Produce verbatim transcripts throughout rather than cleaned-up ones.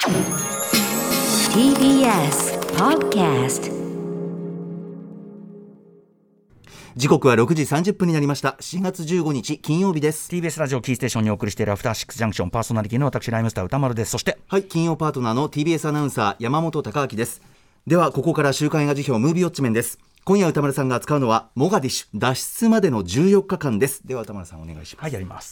ティービーエス Podcast。 時刻はろくじさんじゅっぷんになりました。しがつじゅうごにち金曜日です。 ティービーエス ラジオキーステーションにお送りしているアフターシックスジャンクション、パーソナリティの私ライムスター歌丸です。そしてはい、金曜パートナーの ティービーエス アナウンサー山本貴明です。ではここから週刊映画辞表ムービーウォッチメンです。今夜歌丸さんが扱うのはモガディッシュ脱出までのじゅうよっかかんです。では歌丸さんお願いします。 はい、やります。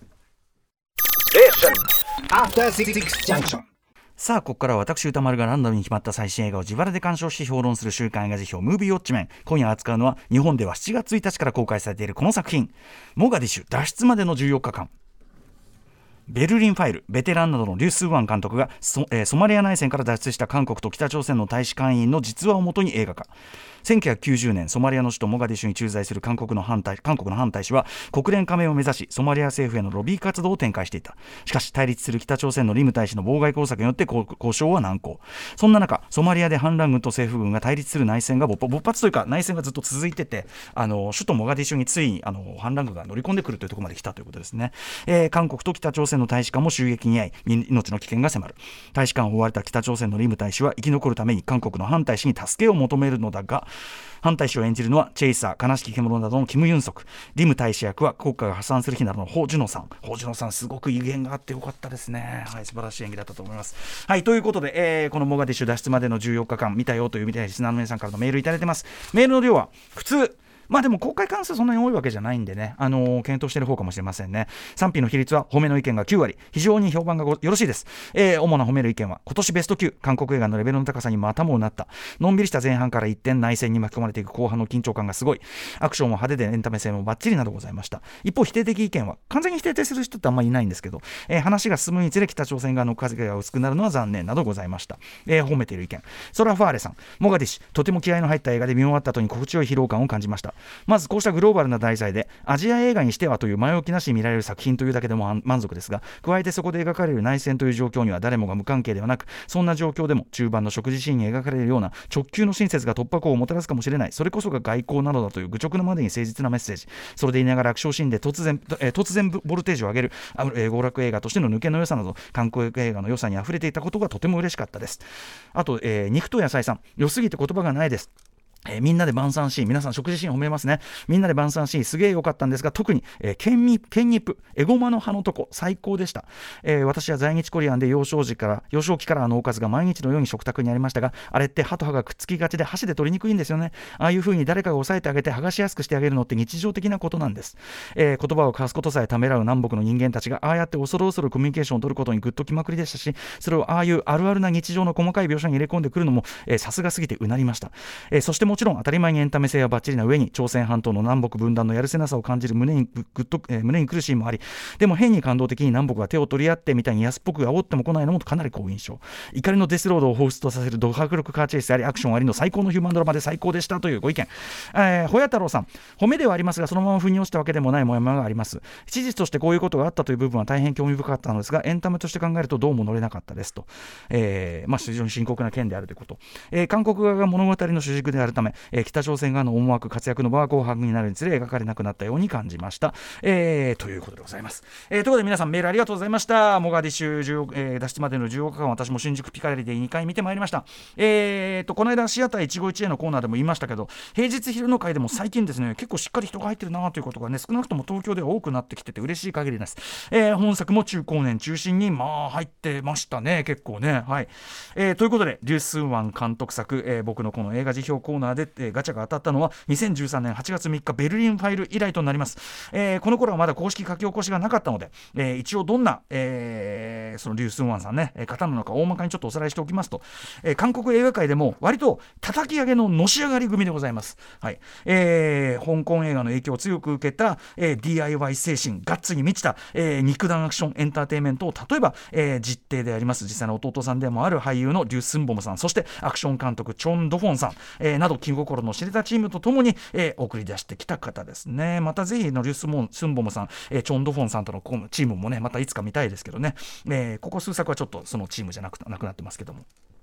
アフターシックスジャンクション。 さあ、ここからは私歌丸がランダムに決まった最新映画を自腹で鑑賞し評論する週刊映画辞表ムービーウォッチメン。今夜扱うのは日本ではしちがつついたちから公開されているこの作品、モガディッシュ脱出までのじゅうよっかかん。ベルリンファイル、ベテランなどのリュウ・スーワン監督が ソ,、えー、ソマリア内戦から脱出した韓国と北朝鮮の大使館員の実話をもとに映画化。せんきゅうひゃくきゅうじゅうねん、ソマリアの首都モガディッシュに駐在する韓国の反対韓国の反大使は国連加盟を目指しソマリア政府へのロビー活動を展開していた。しかし対立する北朝鮮のリム大使の妨害工作によって交渉は難航。そんな中、ソマリアで反乱軍と政府軍が対立する内戦が勃発というか内戦がずっと続いてて、あの首都モガディッシュについにあの反乱軍が乗り込んでくるというところまで来たということですね。えー、韓国と北朝鮮の大使館も襲撃に遭い命の危険が迫る。大使館を追われた北朝鮮のリム大使は生き残るために韓国の反大使に助けを求めるのだが、反大使を演じるのはチェイサー、悲しき獣などのキム・ユンソク、リム大使役は国家が破産する日などのホ・ジュノさん。ホ・ジュノさんすごく威厳があってよかったですね。はい、素晴らしい演技だったと思います。はい、ということで、えー、このモガディッシュ脱出までのじゅうよっかかん見たよというみたいなリスナーの皆さんからのメールいただいてます。メールの量は普通、まあでも公開関数そんなに多いわけじゃないんでね、あのー、検討している方かもしれませんね。賛否の比率は褒めの意見がきゅうわり、非常に評判がよろしいです。えー、主な褒める意見は今年ベストきゅう、韓国映画のレベルの高さにまたもなった。のんびりした前半から一転内戦に巻き込まれていく後半の緊張感がすごい。アクションも派手でエンタメ性もバッチリなどございました。一方否定的意見は、完全に否定する人ってあんまりいないんですけど、えー、話が進むにつれ北朝鮮側の風が薄くなるのは残念などございました。えー、褒めている意見、ソラファーレさん、モガディッシュとても気合いの入った映画で見終わった後に心地よい疲労感を感じました。まずこうしたグローバルな題材でアジア映画にしてはという前置きなしに見られる作品というだけでも満足ですが、加えてそこで描かれる内戦という状況には誰もが無関係ではなく、そんな状況でも中盤の食事シーンに描かれるような直球の親切が突破口をもたらすかもしれない、それこそが外交なのだという愚直なまでに誠実なメッセージ。それで言いながらアクションシーンで突然、えー、突然ボルテージを上げる、えー、娯楽映画としての抜けの良さなど韓国映画の良さにあふれていたことがとても嬉しかったです。あと、えー、肉と野菜さん、良すぎて言葉がないです。えー、みんなで晩餐シーン、皆さん食事シーン褒めますね。みんなで晩餐シーンすげえ良かったんですが、特に、えー、ケンミケンニップエゴマの葉のとこ最高でした。えー、私は在日コリアンで幼少時から幼少期からあのおかずが毎日のように食卓にありましたが、あれって歯と歯がくっつきがちで箸で取りにくいんですよね。ああいう風に誰かが押さえてあげて剥がしやすくしてあげるのって日常的なことなんです。えー、言葉を交わすことさえためらう南北の人間たちがああやって恐る恐るコミュニケーションを取ることにグッときまくりでしたし、それをああいうあるあるな日常の細かい描写に入れ込んでくるのもさすがすぎてうなりました。えー、そしてもちろん当たり前にエンタメ性はバッチリな上に朝鮮半島の南北分断のやるせなさを感じる胸にぐっと、えー、胸に苦しいもあり、でも変に感動的に南北が手を取り合ってみたいに安っぽく煽っても来ないのもかなり好印象。怒りのデスロードを彷彿とさせるド迫力カーチェイスありアクションありの最高のヒューマンドラマで最高でしたというご意見。えー、ほや太郎さん、褒めではありますがそのまま腑に落ちたわけでもないモヤモヤがあります。事実としてこういうことがあったという部分は大変興味深かったのですが、エンタメとして考えるとどうも乗れなかったですと。えーまあ、非常に深刻な件であるということ、えー、韓国側が物語の主軸であるため、えー、北朝鮮側の思惑活躍の場は後半になるにつれ描かれなくなったように感じました。えー、ということでございます。えー、ということで皆さんメールありがとうございました。モガディッシュじゅう、えー、脱出までのじゅうよっかかん、私も新宿ピカデリでにかい見てまいりました。えー、とこの間シアター一期一会のコーナーでも言いましたけど、平日昼の会でも最近ですね結構しっかり人が入ってるなということがね少なくとも東京では多くなってきてて嬉しい限りです。えー、本作も中高年中心にまあ入ってましたね、結構ね。はい、えー、ということでリュウ・スンワン監督作、えー、僕のこの映画辞表コーナーで、えー、ガチャが当たったのはにせんじゅうさんねんはちがつみっかベルリンファイル以来となります。えー、この頃はまだ公式書き起こしがなかったので、えー、一応どんな、えー、そのリュウ・スンワンさんね方なのか大まかにちょっとおさらいしておきますと、えー、韓国映画界でも割と叩き上げののし上がり組でございます。はい、えー、香港映画の影響を強く受けた、えー、ディーアイワイ 精神ガッツに満ちた、えー、肉弾アクションエンターテインメントを例えば、えー、実弟であります実際の弟さんでもある俳優のリュウ・スンボムさん、そしてアクション監督チョン・ドフォンさん、えー、など気心の知れたチームとともに、えー、送り出してきた方ですね。またぜひのリュウ・スンボムさん、えー、チョン・ドフォンさんとのチームもねまたいつか見たいですけどね、えー、ここ数作はちょっとそのチームじゃなくなくなってますけども、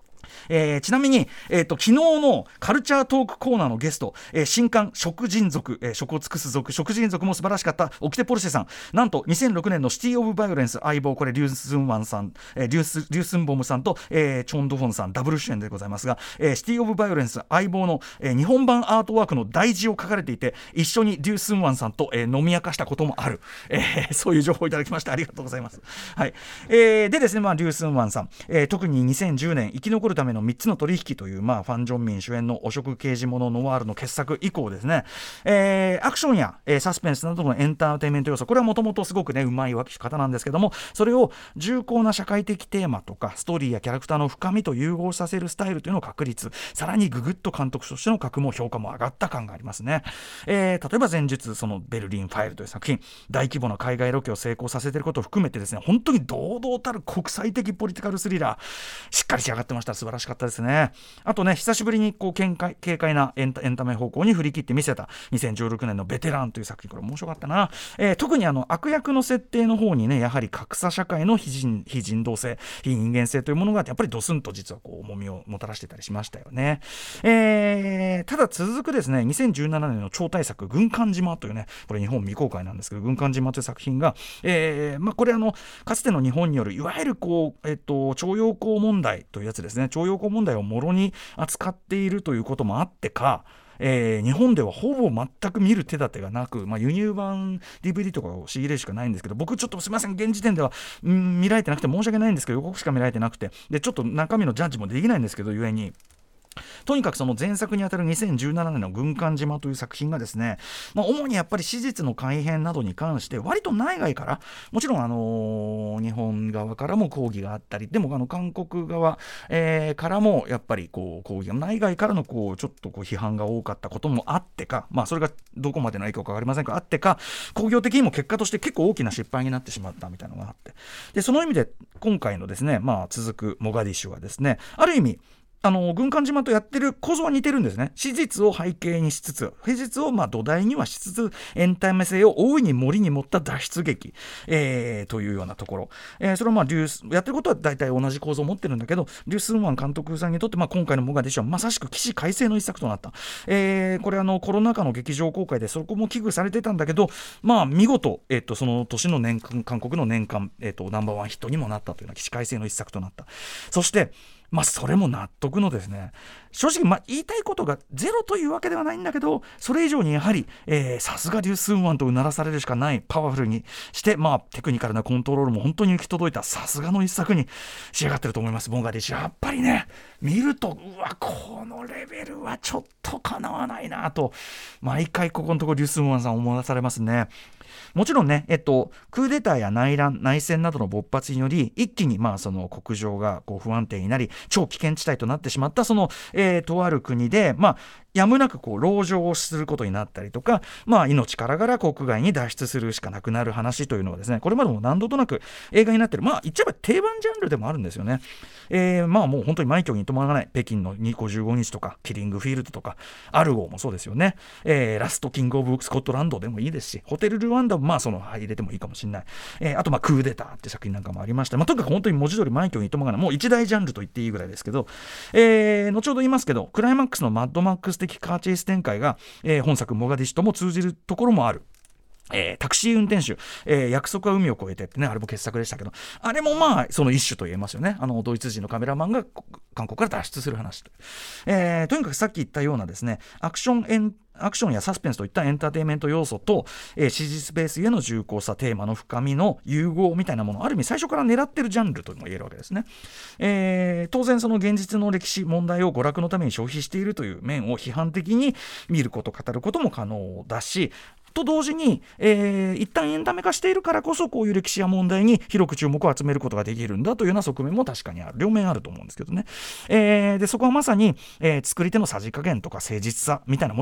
えー、ちなみに、えー、と昨日のカルチャートークコーナーのゲスト、えー、新刊食人族、えー、食を尽くす族食人族も素晴らしかったオキテポルシェさん、なんとにせんろくねんのシティオブバイオレンス相棒、これリュウスンワンさん、えー、リュウスリュウスンボムさんと、えー、チョンドフォンさんダブル主演でございますが、えー、シティオブバイオレンス相棒の、えー、日本版アートワークの題字を書かれていて、一緒にリュウスンワンさんと、えー、飲み明かしたこともある、えー、そういう情報をいただきましてありがとうございます。はい、えー、でですね、まあ、リュウスンワンさん、えー、特ににせんじゅうねん生き残るためのみっつの取引という、まあ、ファン・ジョンミン主演の汚職刑事物ノワールの傑作以降ですね、えー、アクションや、えー、サスペンスなどのエンターテインメント要素、これはもともとすごくねうまい方なんですけども、それを重厚な社会的テーマとかストーリーやキャラクターの深みと融合させるスタイルというのを確立、さらにググッと監督としての格も評価も上がった感がありますね。えー、例えば前述そのベルリンファイルという作品、大規模な海外ロケを成功させていることを含めてですね、本当に堂々たる国際的ポリティカルスリラーしっかり仕上がってました。素晴らしかったですね。あとね、久しぶりにこう軽快、軽快なエンタ、エンタメ方向に振り切って見せたにせんじゅうろくねんのベテランという作品、これ面白かったな。えー、特にあの悪役の設定の方にね、やはり格差社会の非人、非人道性、非人間性というものがやっぱりドスンと実はこう重みをもたらしてたりしましたよね。えー、ただ続くですねにせんじゅうななねんの超大作軍艦島というね、これ日本未公開なんですけど、軍艦島という作品が、えーまあ、これあのかつての日本によるいわゆるこう、えっと、徴用工問題というやつですね、徴用工問題をもろに扱っているということもあってか、えー、日本ではほぼ全く見る手立てがなく、まあ、輸入版 ディーブイディー とかを仕入れるしかないんですけど、僕ちょっとすみません、現時点では、うん、見られてなくて申し訳ないんですけど、予告しか見られてなくて、でちょっと中身のジャッジもできないんですけど、ゆえにとにかくその前作にあたるにせんじゅうななねんの軍艦島という作品がですね、まあ、主にやっぱり史実の改変などに関して割と内外からもちろん、あのー、日本側からも抗議があったり、でもあの韓国側、えー、からもやっぱりこう抗議が、内外からのこうちょっとこう批判が多かったこともあってか、まあ、それがどこまでの影響か分かりませんがあってか、興行的にも結果として結構大きな失敗になってしまったみたいなのがあって、でその意味で今回のですね、まあ、続くモガディシュはですね、ある意味あの軍艦島とやってる構造は似てるんですね。史実を背景にしつつ、史実をまあ土台にはしつつ、エンタメ性を大いに盛りに持った脱出劇、えー、というようなところ、えー、それはまあリュウスやってることは大体同じ構造を持ってるんだけど、リュウ・スンワン監督さんにとって、まあ、今回のモガディシュはまさしく起死回生の一作となった、えー、これあのコロナ禍の劇場公開でそこも危惧されてたんだけど、まあ見事、えー、とその年の年間韓国の年間、えー、とナンバーワンヒットにもなったというような起死回生の一作となった。そしてまあ、それも納得のですね、正直まあ言いたいことがゼロというわけではないんだけど、それ以上にやはりさすがリュウ・スンワンとうならされるしかない、パワフルにして、まあ、テクニカルなコントロールも本当に行き届いたさすがの一作に仕上がってると思います。モガディシュやっぱりね、見るとうわこのレベルはちょっとかなわないなと毎回ここのところリュウ・スンワンさん思わされますね。もちろんね、えっと、クーデターや内乱、内戦などの勃発により一気にまあその国情がこう不安定になり超危険地帯となってしまったその、えー、とある国で、まあやむなくこう籠城をすることになったりとか、まあ、命からがら国外に脱出するしかなくなる話というのはですね、これまでも何度となく映画になってる、まあ言っちゃえば定番ジャンルでもあるんですよね。えー、まあもう本当に枚挙に止まらない北京のにごじゅうごにちとかキリングフィールドとかアルゴもそうですよね、えー、ラストキングオブスコットランドでもいいですし、ホテルルワンダもまあその入れてもいいかもしれない、えー、あとまあクーデターって作品なんかもありました。まあ、とにかく本当に文字通り枚挙に止まらない、もう一大ジャンルと言っていいぐらいですけど、えー、後ほど言いますけどクライマックスのマッドマックス的カーチェイス展開が、えー、本作モガディシュとも通じるところもある。えー、タクシー運転手、えー、約束は海を越えてってね、あれも傑作でしたけど、あれもまあその一種と言えますよね。あのドイツ人のカメラマンが韓国から脱出する話と、えー、とにかくさっき言ったようなですね、アクションエンアクションやサスペンスといったエンターテインメント要素と、えー、史実ベースへの重厚さ、テーマの深みの融合みたいなもの、ある意味最初から狙ってるジャンルとも言えるわけですね。えー、当然その現実の歴史問題を娯楽のために消費しているという面を批判的に見ること語ることも可能だし、と同時に、えー、一旦エンタメ化しているからこそこういう歴史や問題に広く注目を集めることができるんだというような側面も確かにある、両面あると思うんですけどね。えー、でそこはまさに、えー、作り手のさじ加減とか誠実さみたいなものにかかって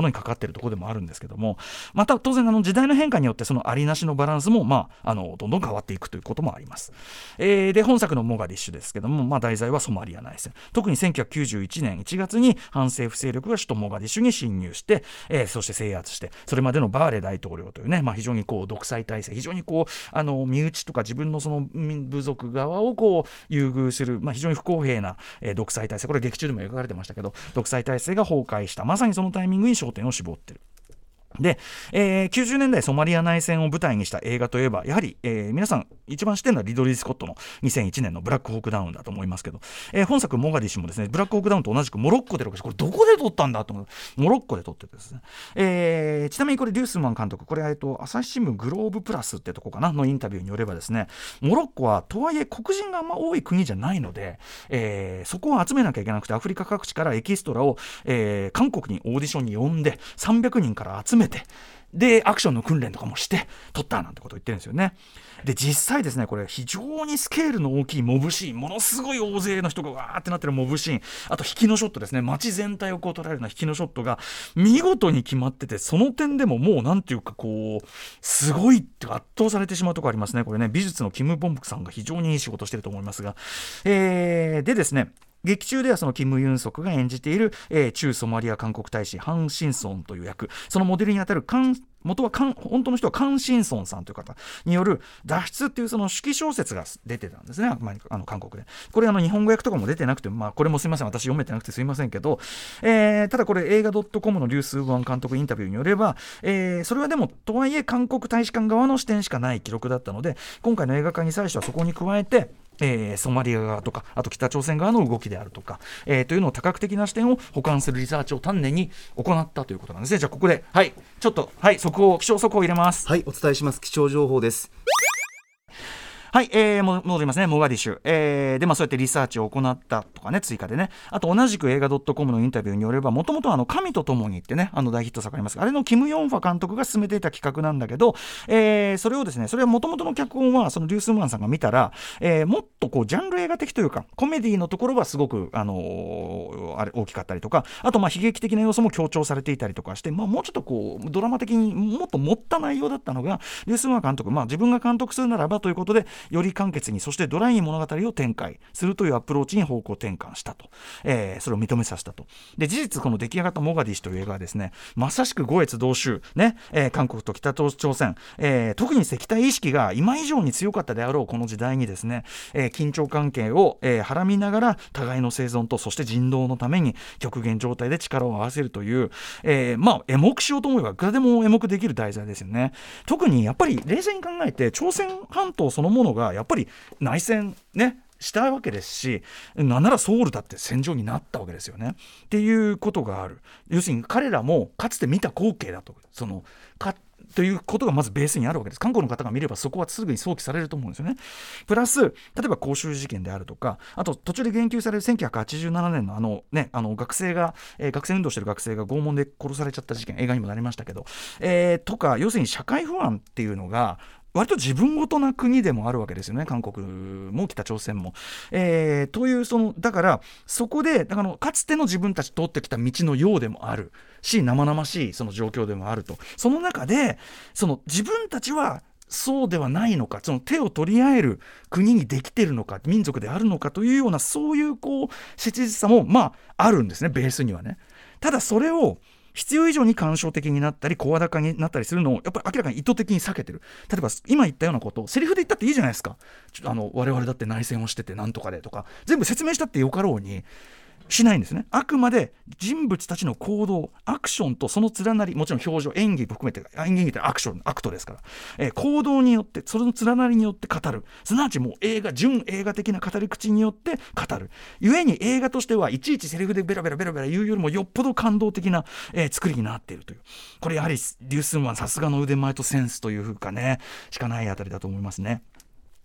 ってるところでもあるんですけども、また当然あの時代の変化によってそのありなしのバランスも、まあ、あのどんどん変わっていくということもあります。えー、で本作のモガディッシュですけども、まあ、題材はソマリア内戦、特にせんきゅうひゃくきゅうじゅういちねんいちがつに反政府勢力が首都モガディッシュに侵入して、えー、そして制圧して、それまでのバーレ大統領というね、まあ、非常にこう独裁体制、非常にこうあの身内とか自分のその部族側をこう優遇する、まあ、非常に不公平な、えー、独裁体制、これ劇中でも描かれてましたけど、独裁体制が崩壊した、まさにそのタイミングに焦点を絞っている。で、えー、きゅうじゅうねんだいソマリア内戦を舞台にした映画といえばやはり、えー、皆さん一番知ってるのはリドリー・スコットのにせんいちねんのブラックホークダウンだと思いますけど、えー、本作モガディッシュもですねブラックホークダウンと同じくモロッコで録画して、これどこで撮ったんだと思う、モロッコで撮っててですね、えー、ちなみにこれデュースマン監督、これ、えー、と朝日新聞グローブプラスってとこかなのインタビューによればですね、モロッコはとはいえ黒人があんま多い国じゃないので、えー、そこを集めなきゃいけなくてアフリカ各地からエキストラを、えー、韓国にオーディションに呼んでさんびゃくにんから集めて、でアクションの訓練とかもして撮ったなんてことを言ってるんですよね。で実際ですね、これ非常にスケールの大きいモブシーン、ものすごい大勢の人がわーってなってるモブシーン、あと引きのショットですね、街全体をこう捉えるような引きのショットが見事に決まってて、その点でももうなんていうかこうすごいって圧倒されてしまうところありますね。これね、美術のキム・ボンプクさんが非常にいい仕事してると思いますが、えー、でですね、劇中ではそのキム・ユンソクが演じている、えー、駐ソマリア韓国大使ハン・シンソンという役、そのモデルにあたるカン元はカン本当の人はカン・シンソンさんという方による脱出っていうその手記小説が出てたんですね、あの韓国で。これあの日本語訳とかも出てなくて、まあ、これもすいません、私読めてなくてすいませんけど、えー、ただこれ映画 .com のリュースワン監督インタビューによれば、えー、それはでもとはいえ韓国大使館側の視点しかない記録だったので、今回の映画化に際してはそこに加えてえー、ソマリア側とかあと北朝鮮側の動きであるとか、えー、というのを多角的な視点を補完するリサーチを丹念に行ったということなんですね。じゃあここではいちょっとはい速報気象速報を入れます。 はい、お伝えします。気象情報です。 はい、えー、戻りますね、モガディッシュ、えー、でまあそうやってリサーチを行ったとかね、追加でね、あと同じく映画 .com のインタビューによれば、もともとあの神と共にってね、あの大ヒット作ありますが、あれのキム・ヨンファ監督が進めていた企画なんだけど、えー、それをですね、それはもともとの脚本はそのリュースマンさんが見たら、えー、もっとこうジャンル映画的というかコメディのところはすごく、あのー、あれ大きかったりとか、あとまあ悲劇的な要素も強調されていたりとかして、まあ、もうちょっとこうドラマ的にもっと持った内容だったのが、リュースマン監督、まあ、自分が監督するならばということでより簡潔に、そしてドライに物語を展開するというアプローチに方向転換したと、えー、それを認めさせたと。で事実この出来上がったモガディッシュという映画はですね、まさしく五越同州、ねえー、韓国と北朝鮮、えー、特に敵対意識が今以上に強かったであろうこの時代にですね、えー、緊張関係を、えー、はらみながら互いの生存とそして人道のために極限状態で力を合わせるという、えー、まあエモくしようと思えばいくらでもエモくできる題材ですよね。特にやっぱり冷静に考えて朝鮮半島そのものがやっぱり内戦ねしたわけですし、なんならソウルだって戦場になったわけですよねっていうことがある。要するに彼らもかつて見た光景だと、そのかということがまずベースにあるわけです。韓国の方が見ればそこはすぐに想起されると思うんですよね。プラス例えば光州事件であるとか、あと途中で言及されるせんきゅうひゃくはちじゅうななねんのあのね、あの学生が、えー、学生運動してる学生が拷問で殺されちゃった事件、映画にもなりましたけど、えー、とか要するに社会不安っていうのが割と自分ごとな国でもあるわけですよね、韓国も北朝鮮も、えー、というそのだからそこでだからかつての自分たち通ってきた道のようでもあるし、生々しいその状況でもあると。その中でその自分たちはそうではないのか、その手を取り合える国にできているのか、民族であるのかというようなそういうこう切実さもまああるんですね、ベースにはね。ただそれを必要以上に感傷的になったり声高になったりするのをやっぱり明らかに意図的に避けてる。例えば今言ったようなことをセリフで言ったっていいじゃないですか。ちょあの我々だって内戦をしててなんとかでとか全部説明したってよかろうにしないんですね。あくまで人物たちの行動、アクションとその連なり、もちろん表情、演技含めて、演技ってアクション、アクトですから、えー、行動によって、その連なりによって語る。すなわちもう映画、純映画的な語り口によって語る。ゆえに映画としてはいちいちセリフでベラベラベラベラ言うよりもよっぽど感動的な、えー、作りになっているという。これやはりリュースンはさすがの腕前とセンスというかね、しかないあたりだと思いますね。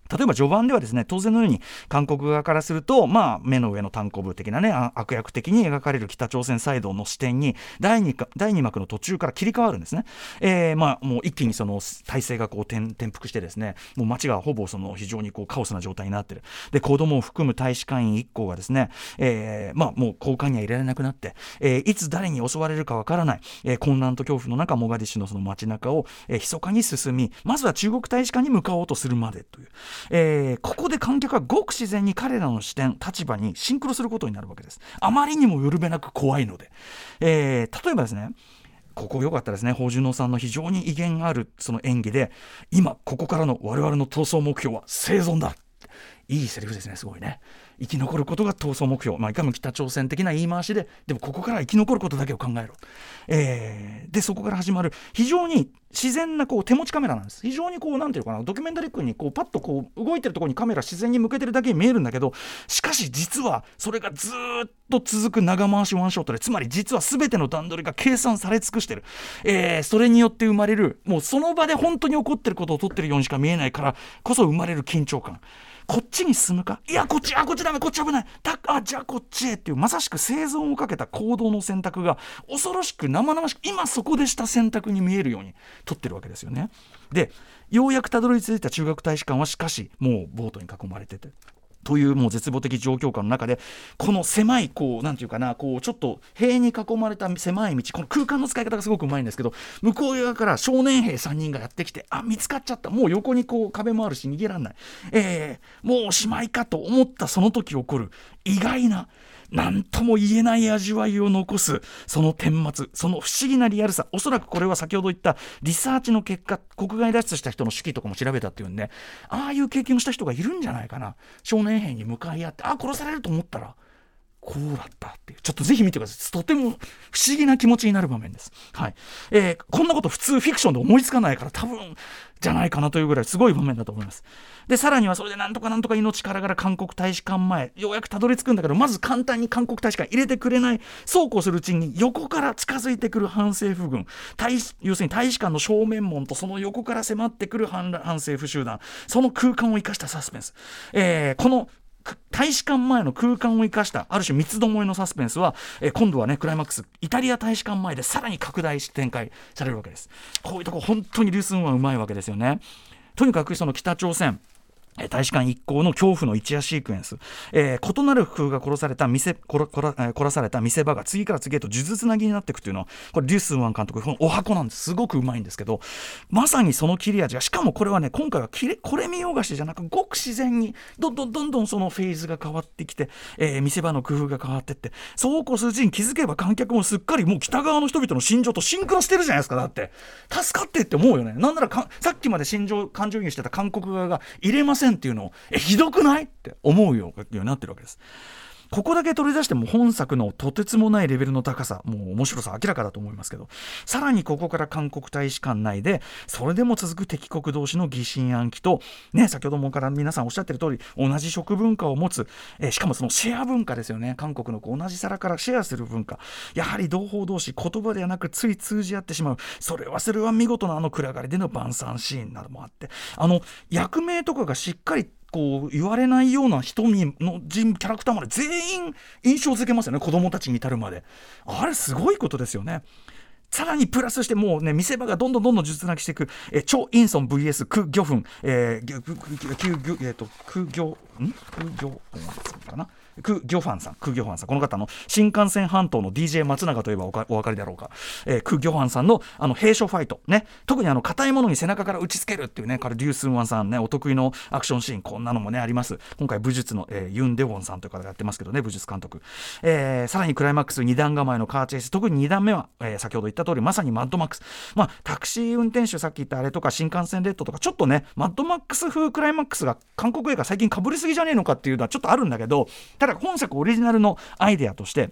例えば序盤ではですね、当然のように韓国側からすると、まあ、目の上の単行部的なね、悪役的に描かれる北朝鮮サイドの視点に第 2, だいに幕の途中から切り替わるんですね。えーまあ、もう一気にその体制がこう 転, 転覆してですね、もう街がほぼその非常にこうカオスな状態になってる。で、子供を含む大使館員いっこうがですね、えーまあ、もう交換にはいられなくなって、えー、いつ誰に襲われるかわからない、えー、混乱と恐怖の中、モガディシュのその街中を、えー、密かに進み、まずは中国大使館に向かおうとするまでという、えー、ここで観客はごく自然に彼らの視点立場にシンクロすることになるわけです。あまりにもよるべなく怖いので、えー、例えばですね、ここ良かったですね。芳順郎さんの非常に威厳あるその演技で、今ここからの我々の闘争目標は生存だ。いいセリフですね。すごいね。生き残ることが闘争目標、まあ、いかにも北朝鮮的な言い回しで、でもここから生き残ることだけを考えろ、えー、でそこから始まる非常に自然なこう手持ちカメラなんです。非常にこうなんていうかな、ドキュメンタリックにこうパッとこう動いてるところにカメラ自然に向けてるだけに見えるんだけど、しかし実はそれがずっと続く長回しワンショットで、つまり実は全ての段取りが計算され尽くしてる、えー、それによって生まれる、もうその場で本当に起こってることを撮ってるようにしか見えないからこそ生まれる緊張感、こっちに進むか、いやこっち、あこっちダメ、こっち危ない、だあじゃあこっちへっていう、まさしく生存をかけた行動の選択が恐ろしく生々しく今そこでした選択に見えるように撮ってるわけですよね。でようやくたどり着いた中国大使館はしかしもうボートに囲まれててというもう絶望的状況下の中で、この狭いこうなんていうかな、こうちょっと塀に囲まれた狭い道、この空間の使い方がすごくうまいんですけど、向こう側から少年兵さんにんがやってきて、あ見つかっちゃった、もう横にこう壁もあるし逃げらんない、えー、もうおしまいかと思ったその時起こる意外な何とも言えない味わいを残すその顛末、その不思議なリアルさ、おそらくこれは先ほど言ったリサーチの結果、国外脱出した人の手記とかも調べたっていうんで、ああいう経験をした人がいるんじゃないかな。少年兵に向かい合って、あ殺されると思ったらこうだったっていう、ちょっとぜひ見てください。とても不思議な気持ちになる場面です、はいえー、こんなこと普通フィクションで思いつかないから多分じゃないかなというぐらいすごい場面だと思います。でさらにはそれでなんとかなんとか命からがら韓国大使館前ようやくたどり着くんだけど、まず簡単に韓国大使館入れてくれない、そうこうするうちに横から近づいてくる反政府軍、大要するに大使館の正面門とその横から迫ってくる 反, 反政府集団、その空間を生かしたサスペンス、えー、この大使館前の空間を生かしたある種三つどもえのサスペンスは、えー、今度はねクライマックスイタリア大使館前でさらに拡大して展開されるわけです。こういうとこ本当にリュースンはうまいわけですよね。とにかくその北朝鮮大使館一行の恐怖の一夜シークエンス、えー、異なる工夫が殺された見せ殺殺殺された見せ場が次から次へと数珠つなぎになっていくというのは、これリュースンワン監督このお箱なんです。すごくうまいんですけど、まさにその切れ味が、しかもこれはね今回は切れこれ見よがしじゃなく、ごく自然にどんどんどんどんそのフェーズが変わってきて、えー、見せ場の工夫が変わっていって、そうこうするうちに気づけば観客もすっかりもう北側の人々の心情とシンクロしてるじゃないですか。だって助かってって思うよね。なんならかさっきまで心情感情移入してた韓国側が入れませんっていうのをえひどくないって思うようになってるわけです。ここだけ取り出しても本作のとてつもないレベルの高さ、もう面白さ明らかだと思いますけど、さらにここから韓国大使館内でそれでも続く敵国同士の疑心暗鬼と、ね、先ほどもから皆さんおっしゃってる通り同じ食文化を持つ、えー、しかもそのシェア文化ですよね。韓国のこう同じ皿からシェアする文化、やはり同胞同士言葉ではなくつい通じ合ってしまう、それはそれは見事なあの暗がりでの晩餐シーンなどもあって、あの役名とかがしっかりこう言われないような人の人キャラクターまで全員印象づけますよね。子供たちに至るまで、あれすごいことですよね。さらにプラスしてもうね見せ場がどんどんどんどん術なきしていく、えチョ・インソン ブイエス ク・ギョフン、えー、ク・ギョんク・ギョかなク・ギョファンさん、ク・ギョファンさん、この方の新幹線半島の ディージェー 松永といえばおかお分かりだろうか、えー、ク・ギョファンさんのあの兵所ファイトね、特にあの硬いものに背中から打ちつけるっていうね、彼リュースンワンさんねお得意のアクションシーン、こんなのもねあります。今回武術の、えー、ユン・デウォンさんという方がやってますけどね、武術監督、えー、さらにクライマックスに段構えのカーチェイス、特にに段目は、えー、先ほど言った通りまさにマッドマックス、まあタクシー運転手さっき言ったあれとか新幹線レッドとかちょっとねマッドマックス風クライマックスが韓国映画最近かぶりすぎじゃねえのかっていうのはちょっとあるんだけど、ただ本作オリジナルのアイデアとして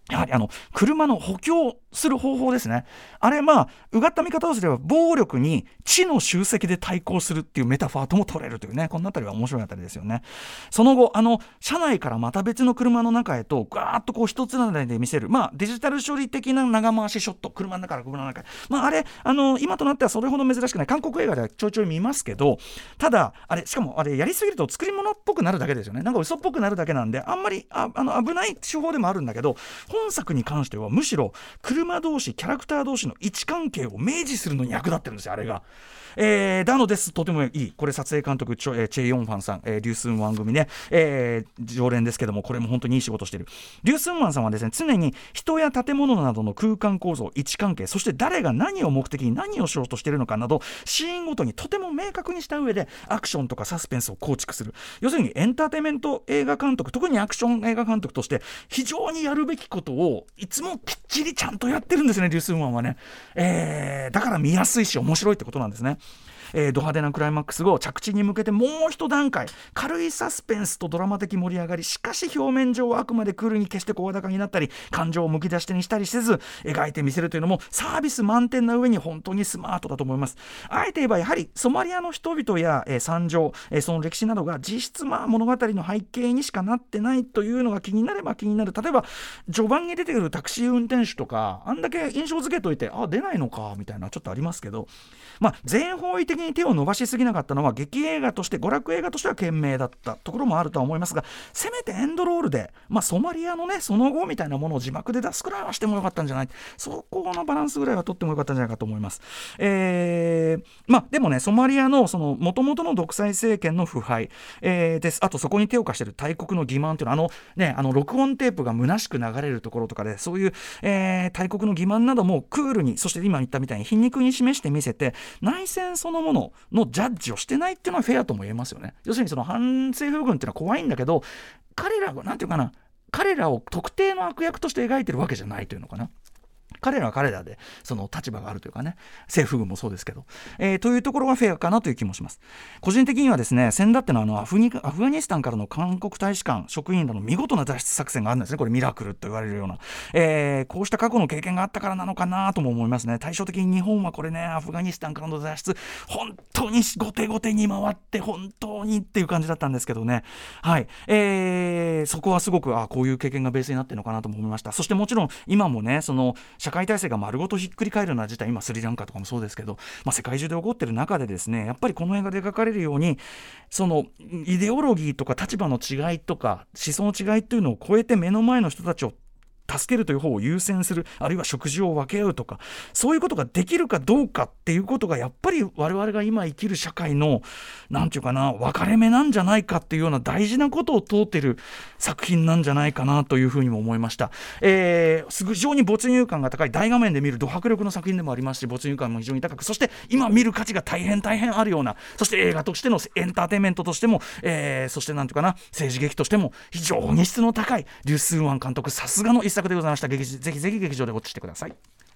やはりあの車の補強する方法ですね。あれまあうがった見方をすれば暴力に知の集積で対抗するっていうメタファーとも取れるというね、このあたりは面白いあたりですよね。その後あの車内からまた別の車の中へとガーッとこう一つながりで見せる、まあデジタル処理的な長回しショット、車の中から車の中へ、まああれあの今となってはそれほど珍しくない、韓国映画ではちょいちょい見ますけど、ただあれしかもあれやりすぎると作り物っぽくなるだけですよね。なんか嘘っぽくなるだけなんであんまりああの危ない手法でもあるんだけど、本作に関してはむしろ車同士キャラクター同士の位置関係を明示するのに役立ってるんですよ、あれが。えー、なのですとてもいい、これ撮影監督チョ、えー、チェ・ヨンファンさん、えー、リュウスンワン組ね、えー、常連ですけども、これも本当にいい仕事してる。リュウスンワンさんはですね、常に人や建物などの空間構造、位置関係、そして誰が何を目的に何をしようとしているのかなどシーンごとにとても明確にした上でアクションとかサスペンスを構築する。要するにエンターテインメント映画監督、特にアクション映画監督として非常にやるべきことをいつもきっちりちゃんとやってるんですね、リュウスンワンはね。えー、だから見やすいし面白いってことなんですね。えー、ド派手なクライマックス後、着地に向けてもう一段階軽いサスペンスとドラマ的盛り上がり、しかし表面上はあくまでクールに決して声高になったり感情をむき出しにしたりせず描いてみせるというのもサービス満点な上に本当にスマートだと思います。あえて言えばやはりソマリアの人々や、えー、惨状、えー、その歴史などが実質まあ物語の背景にしかなってないというのが気になれば気になる。例えば序盤に出てくるタクシー運転手とかあんだけ印象付けといてあ出ないのかみたいなちょっとありますけど、まあ全方位的に手を伸ばしすぎなかったのは劇映画として娯楽映画としては賢明だったところもあるとは思いますが、せめてエンドロールで、まあ、ソマリアのねその後みたいなものを字幕で出すくらいはしてもよかったんじゃない、そこのバランスぐらいは取ってもよかったんじゃないかと思います。えー、まあでもねソマリアのその元々の独裁政権の腐敗、えー、です。あとそこに手を貸している大国の欺瞞というのはあのねあの録音テープが虚しく流れるところとかでそういう、えー、大国の欺瞞などもクールに、そして今言ったみたいに皮肉に示してみせて内戦そのもののジャッジをしてないっていうのはフェアとも言えますよね。要するにその反政府軍っていうのは怖いんだけど、彼らがなんていうかな、彼らを特定の悪役として描いてるわけじゃないというのかな。彼らは彼らでその立場があるというかね、政府軍もそうですけど、えー、というところがフェアかなという気もします。個人的にはですね、先だってのあのアフニアフガニスタンからの韓国大使館職員らの見事な脱出作戦があるんですね。これミラクルと言われるような、えー、こうした過去の経験があったからなのかなとも思いますね。対照的に日本はこれね、アフガニスタンからの脱出本当に後手後手に回って本当にっていう感じだったんですけどね、はい、えー、そこはすごくあこういう経験がベースになってるのかなとも思いました。そしてもちろん今もねその社会体制が丸ごとひっくり返るような事態、今スリランカとかもそうですけど、まあ、世界中で起こってる中でですね、やっぱりこの映画で描かれるようにそのイデオロギーとか立場の違いとか思想の違いというのを超えて目の前の人たちを助けるという方を優先する、あるいは食事を分け合うとか、そういうことができるかどうかっていうことがやっぱり我々が今生きる社会のなんていうかな分かれ目なんじゃないかっていうような大事なことを問うている作品なんじゃないかなというふうにも思いました。えー、非常に没入感が高い、大画面で見るド迫力の作品でもありますし、没入感も非常に高く、そして今見る価値が大変大変あるような、そして映画としてのエンターテインメントとしても、えー、そしてなんていうかな政治劇としても非常に質の高いリュウ・スンワン監督さすがの一作でございました。劇ぜひぜひ劇場でウォッチしてください。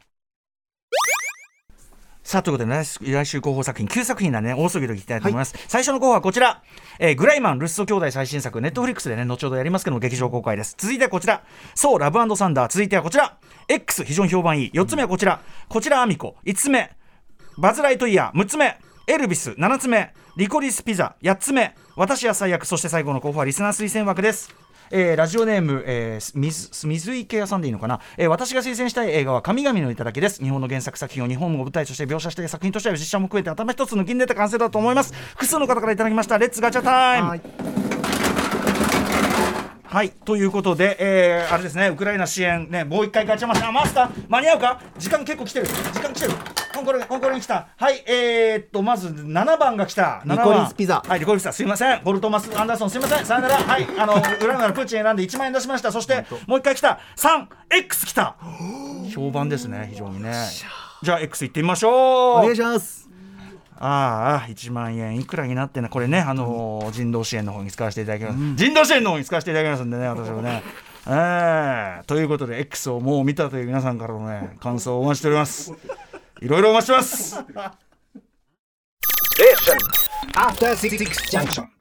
さあということで、ね、来週候補作品きゅうさく品だね、大急ぎでいきたいと思います、はい、最初の候補はこちら、えー、グライマンルッソ兄弟最新作、ネットフリックスでね後ほどやりますけども劇場公開です。続いてはこちら、そうラブ&サンダー。続いてはこちら X、 非常に評判いい。よっつめはこちら、こちらアミコ。いつつめバズ・ライトイヤー。むっつめエルビス。ななつめリコリスピザ。やっつめ私は最悪。そして最後の候補はリスナー推薦枠です。えー、ラジオネーム、えー、水, 水池屋さんでいいのかな、えー、私が推薦したい映画は神々の頂きです。日本の原作作品を日本を舞台として描写して作品としては実写も含めて頭一つ抜きん出た完成だと思います。複数の方からいただきました。レッツガチャタイム。はい、はい、ということで、えー、あれですね、ウクライナ支援ね、もう一回ガチャマシン、あマスター間に合うか、時間結構来てる、時間来てる、コンコレコンコレに来た。はい、えー、っとまずななばんが来た。 リコリスピザ。 はい、リコリスピザ、すいません。ボルトマス・アンダーソン、すいません、さよなら。はい、あのウライナのプーチン選んでいちまんえん出しました。そしてもう一回来た さんエックス 来た。評判ですね、非常にね。じゃあ X いってみましょう。 お願いします。 ああいちまんえんいくらになってんのこれね、あのー、人道支援の方に使わせていただきます、うん、人道支援の方に使わせていただきますんでね、私はねえー、ということで X をもう見たという皆さんからのね感想をお待ちしております。いろいろお待ちしてます。 After シックス Junction